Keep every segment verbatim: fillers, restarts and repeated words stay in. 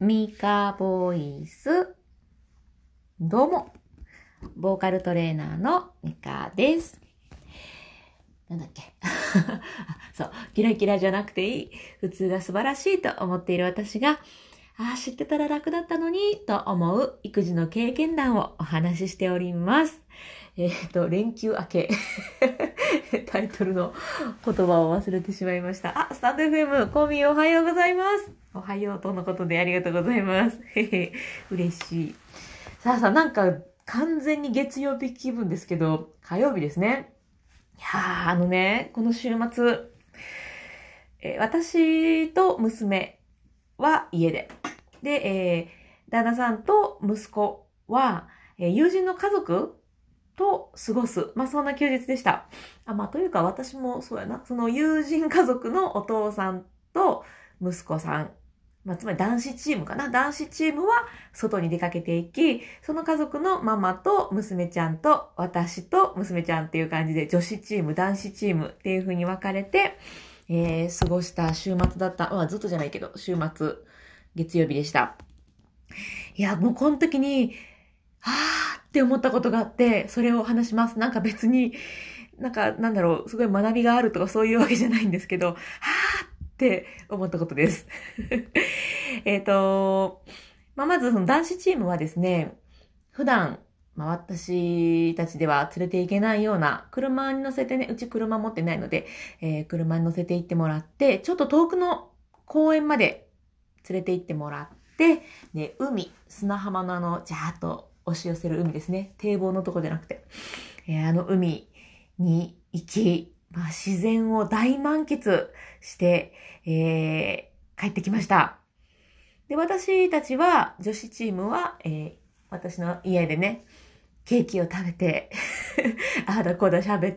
ミカボイス。どうも、ボーカルトレーナーのミカです。なんだっけそう、キラキラじゃなくていい、普通が素晴らしいと思っている私が、ああ、知ってたら楽だったのに、と思う育児の経験談をお話ししております。えっと、連休明け。タイトルの言葉を忘れてしまいました。あ、スタンド エフエム、コミおはようございます。おはようとのことでありがとうございます。へへ、嬉しい。さあさあ、なんか完全に月曜日気分ですけど、火曜日ですね。いやー、あのね、この週末、えー私と娘は家で、で、えー旦那さんと息子は、えー友人の家族と過ごす。まあ、そんな休日でした。あ、まあ、というか私もそうやな。その友人家族のお父さんと息子さん。まあ、つまり男子チームかな。男子チームは外に出かけていき、その家族のママと娘ちゃんと私と娘ちゃんっていう感じで女子チーム、男子チームっていう風に分かれて、えー、過ごした週末だった。まあ、ずっとじゃないけど、週末、月曜日でした。いや、もうこの時に、はーって思ったことがあって、それを話します。なんか別に、なんかなんだろう、すごい学びがあるとかそういうわけじゃないんですけど、はーって思ったことです。えっと、まあ、まずその男子チームはですね、普段、まあ、私たちでは連れて行けないような、車に乗せてね、うち車持ってないので、えー車に乗せて行ってもらって、ちょっと遠くの公園まで連れて行ってもらって、で、海、砂浜のあの、ジャーっと押し寄せる海ですね。堤防のとこじゃなくて、えーあの海に行き、まあ、自然を大満喫して、えー帰ってきました。で、私たちは、女子チームは、えー私の家でね、ケーキを食べて、ああだこうだ喋って、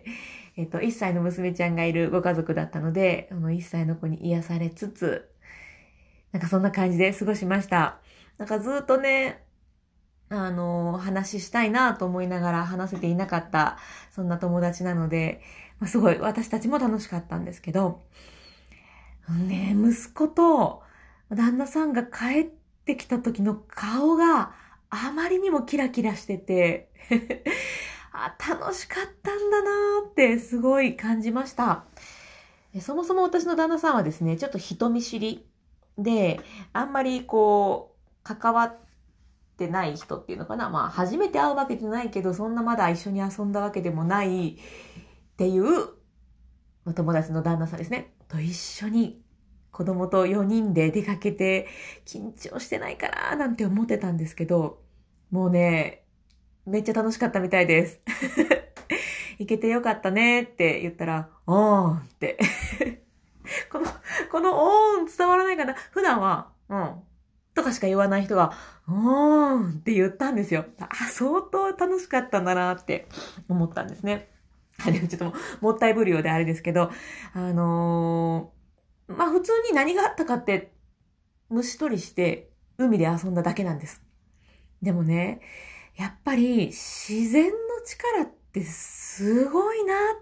えっと、いっさいの娘ちゃんがいるご家族だったので、あのいっさいの子に癒されつつ、なんかそんな感じで過ごしました。なんかずっとね、あの、話したいなと思いながら話せていなかった、そんな友達なので、まあ、すごい私たちも楽しかったんですけど、ね、息子と旦那さんが帰ってきた時の顔があまりにもキラキラしてて、あ、楽しかったんだなーってすごい感じました。そもそも私の旦那さんはですね、ちょっと人見知りで、あんまりこう、関わってない人っていうのかな。まあ、初めて会うわけじゃないけど、そんなまだ一緒に遊んだわけでもないっていうお友達の旦那さんですね。と一緒に子供とよにんで出かけて緊張してないかななんて思ってたんですけど、もうね、めっちゃ楽しかったみたいです。行けてよかったねって言ったら、おーんってこの、このおーん伝わらないかな。普段は、うん、とかしか言わない人が、おーんって言ったんですよ。あ、相当楽しかったんだなって思ったんですね。でもちょっとももったいぶるようであれですけど、あのーまあ、普通に何があったかって、虫取りして海で遊んだだけなんです。でもね、やっぱり自然の力ってすごいなって、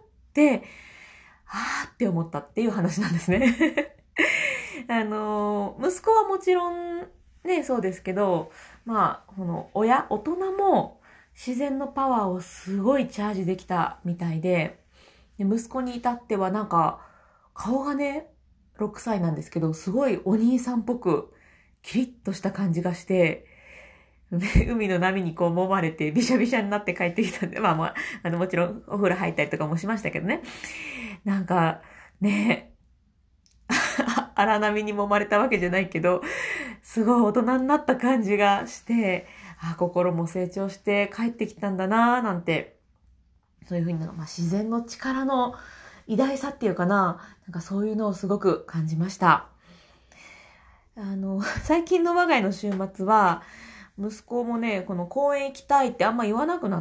はーって思ったっていう話なんですね。あのー息子はもちろんね、そうですけど、まあ、この親、大人も自然のパワーをすごいチャージできたみたいで、で息子に至ってはなんか、顔がね、ろくさいなんですけど、すごいお兄さんっぽく、キリッとした感じがして、で海の波にこう揉まれてびしゃびしゃになって帰ってきたんで、まあまあ、あのもちろんお風呂入ったりとかもしましたけどね。なんか、ね、荒波に揉まれたわけじゃないけど、すごい大人になった感じがして、あ、心も成長して帰ってきたんだなぁなんて、そういうふうに、まあ、自然の力の偉大さっていうかな、なんかそういうのをすごく感じました。あの、最近の我が家の週末は、息子もね、この公園行きたいってあんま言わなくなって、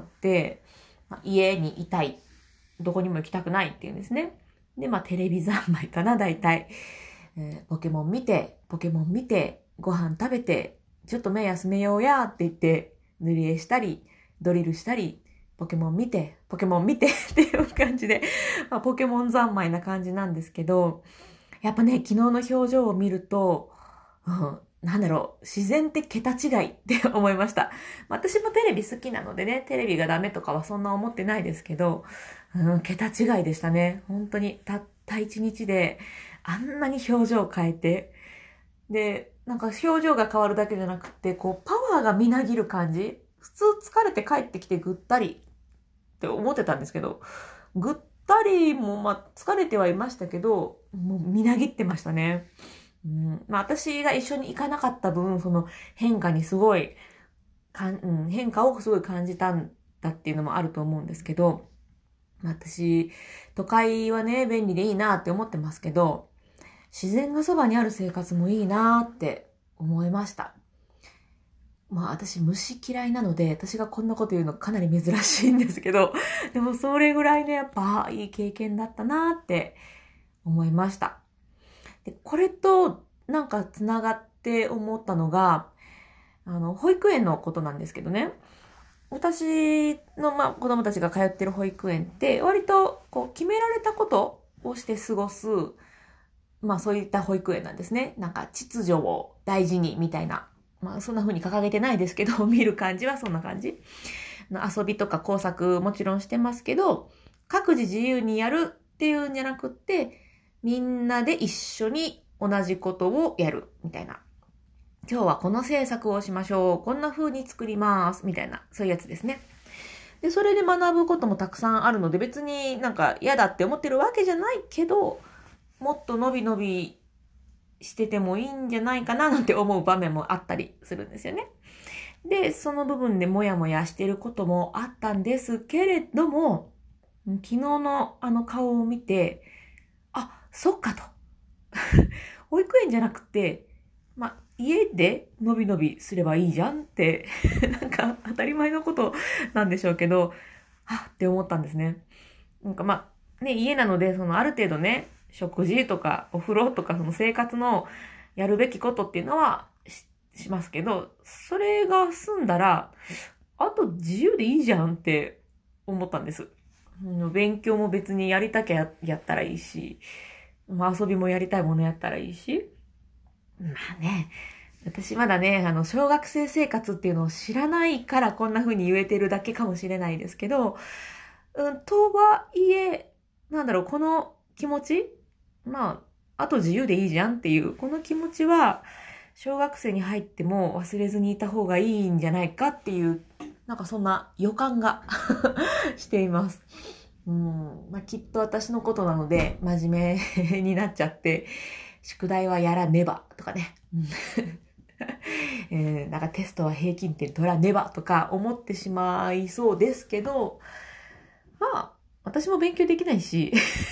まあ家にいたい。どこにも行きたくないっていうんですね。で、まあテレビ三昧かな、大体。えーポケモン見て、ポケモン見て、ご飯食べて、ちょっと目休めようやって言って、塗り絵したり、ドリルしたり、ポケモン見て、ポケモン見てっていう感じで、まあ、ポケモン三昧な感じなんですけど、やっぱね、昨日の表情を見ると、うん、 なんだろう、自然って桁違いって思いました。私もテレビ好きなのでね、テレビがダメとかはそんな思ってないですけど、うん、桁違いでしたね。本当に、たった一日で、あんなに表情を変えて、で、なんか表情が変わるだけじゃなくて、こう、パワーがみなぎる感じ。普通疲れて帰ってきてぐったりって思ってたんですけど、ぐったりも、まあ、疲れてはいましたけど、もうみなぎってましたね。うん、まあ、私が一緒に行かなかった分、その変化にすごい、かん、うん、変化をすごい感じたんだっていうのもあると思うんですけど、まあ私、都会はね、便利でいいなって思ってますけど、自然がそばにある生活もいいなって思いました。まあ私虫嫌いなので、私がこんなこと言うのかなり珍しいんですけど、でもそれぐらいね、やっぱいい経験だったなって思いました。で、これとなんかつながって思ったのが、あの、保育園のことなんですけどね。私の、まあ、子供たちが通ってる保育園って、割とこう決められたことをして過ごす、まあそういった保育園なんですね。なんか秩序を大事にみたいな。まあそんな風に掲げてないですけど、見る感じはそんな感じ。遊びとか工作もちろんしてますけど、各自自由にやるっていうんじゃなくって、みんなで一緒に同じことをやるみたいな。今日はこの制作をしましょう。こんな風に作ります。みたいな、そういうやつですね。で、それで学ぶこともたくさんあるので、別になんか嫌だって思ってるわけじゃないけど、もっと伸び伸びしててもいいんじゃないかななんて思う場面もあったりするんですよね。で、その部分でもやもやしてることもあったんですけれども、昨日のあの顔を見て、あ、そっかと。保育園じゃなくて、まあ、家でのびのびすればいいじゃんって、なんか当たり前のことなんでしょうけど、はっって思ったんですね。なんかまあ、ね、家なので、そのある程度ね、食事とかお風呂とかその生活のやるべきことっていうのは し, しますけど、それが済んだら、あと自由でいいじゃんって思ったんです。勉強も別にやりたきゃやったらいいし、まあ遊びもやりたいものやったらいいし、まあね、私まだね、あの、小学生生活っていうのを知らないからこんな風に言えてるだけかもしれないですけど、うん、とはいえ、なんだろう、この気持ちまあ、あと自由でいいじゃんっていう、この気持ちは、小学生に入っても忘れずにいた方がいいんじゃないかっていう、なんかそんな予感がしています。うんまあ、きっと私のことなので、真面目になっちゃって、宿題はやらねばとかね。えー、なんかテストは平均点取らねばとか思ってしまいそうですけど、まあ、私も勉強できないし、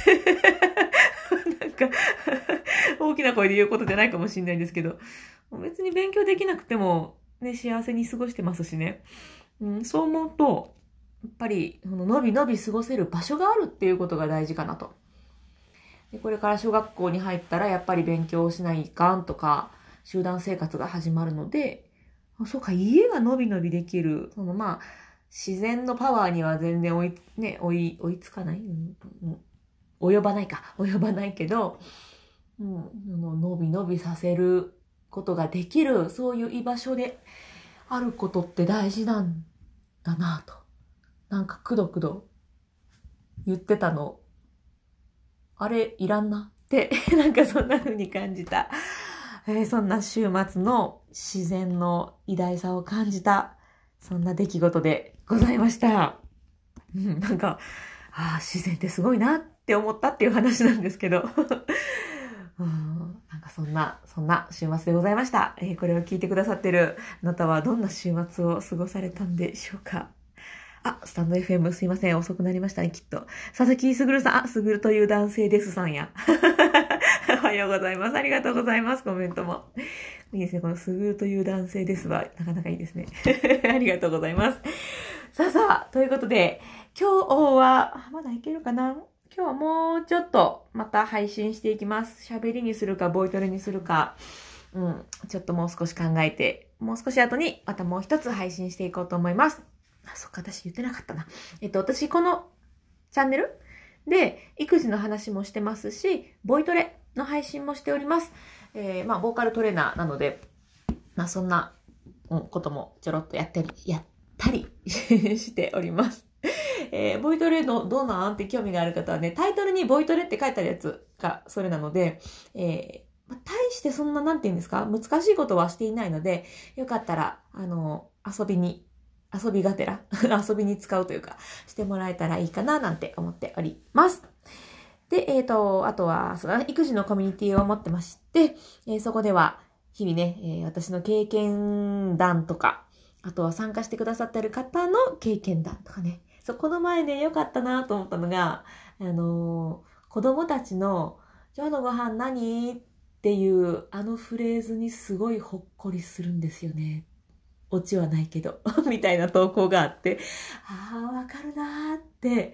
なんか、大きな声で言うことじゃないかもしれないんですけど、別に勉強できなくても、ね、幸せに過ごしてますしね。うん、そう思うと、やっぱり、のびのび過ごせる場所があるっていうことが大事かなと。でこれから小学校に入ったらやっぱり勉強しないかんとか、集団生活が始まるので、あそうか、家がのびのびできる。そのまあ、自然のパワーには全然追い、ね、追い、追いつかない、うんうん、及ばないか。及ばないけど、うん、ののびのびさせることができる、そういう居場所であることって大事なんだなと。なんかくどくど言ってたの、あれいらんなって、なんかそんな風に感じた。えー、そんな週末の自然の偉大さを感じた、そんな出来事でございました。うん、なんか、ああ、自然ってすごいなって思ったっていう話なんですけど。うん、なんかそんな、そんな週末でございました。えー、これを聞いてくださってるあなたはどんな週末を過ごされたんでしょうか。あ、スタンド エフエム すいません。遅くなりましたね、きっと。佐々木すぐるさん、あ、すぐるという男性ですさんや。おはようございます。ありがとうございます。コメントも。いいですね。このすぐるという男性ですは、なかなかいいですね。ありがとうございます。さあさあ、ということで、今日は、まだいけるかな？今日はもうちょっとまた配信していきます。喋りにするか、ボイトレにするか、うん、ちょっともう少し考えて、もう少し後にまたもう一つ配信していこうと思います。あ、そっか、私言ってなかったな。えっと、私このチャンネルで育児の話もしてますし、ボイトレの配信もしております。えー、まあ、ボーカルトレーナーなので、 まあそんなこともちょろっとやってり、やったりしております。えー、ボイトレのどうなんって興味がある方はね、タイトルにボイトレって書いてあるやつがそれなので、えーまあ、大してそんななんて言うんですか、難しいことはしていないので、よかったら、あの、遊びに、遊びがてら、遊びに使うというか、してもらえたらいいかななんて思っております。で、えっと、あとは、そうだね、育児のコミュニティを持ってまして、えー、そこでは、日々ね、えー、私の経験談とか、あとは参加してくださっている方の経験談とかね。そう、この前ね、良かったなと思ったのが、あのー、子供たちの、今日のご飯何っていう、あのフレーズにすごいほっこりするんですよね。オチはないけど、みたいな投稿があって、ああ、わかるなーって、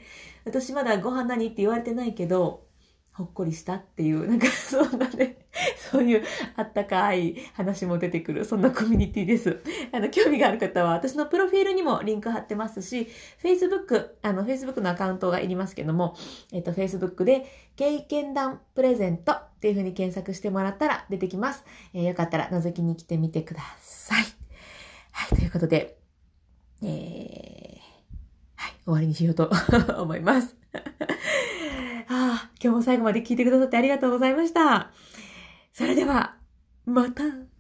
私まだご飯何って言われてないけど、ほっこりしたっていう、なんかそんなね、そういうあったかい話も出てくる、そんなコミュニティです。あの、興味がある方は、私のプロフィールにもリンク貼ってますし、Facebook、あの、Facebook のアカウントがいりますけども、えっと、Facebook で、経験談プレゼントっていう風に検索してもらったら出てきます。えー、よかったら覗きに来てみてください。はい、ということで、えー、はい、終わりにしようと思います。ああ、今日も最後まで聞いてくださってありがとうございました。それでは、また。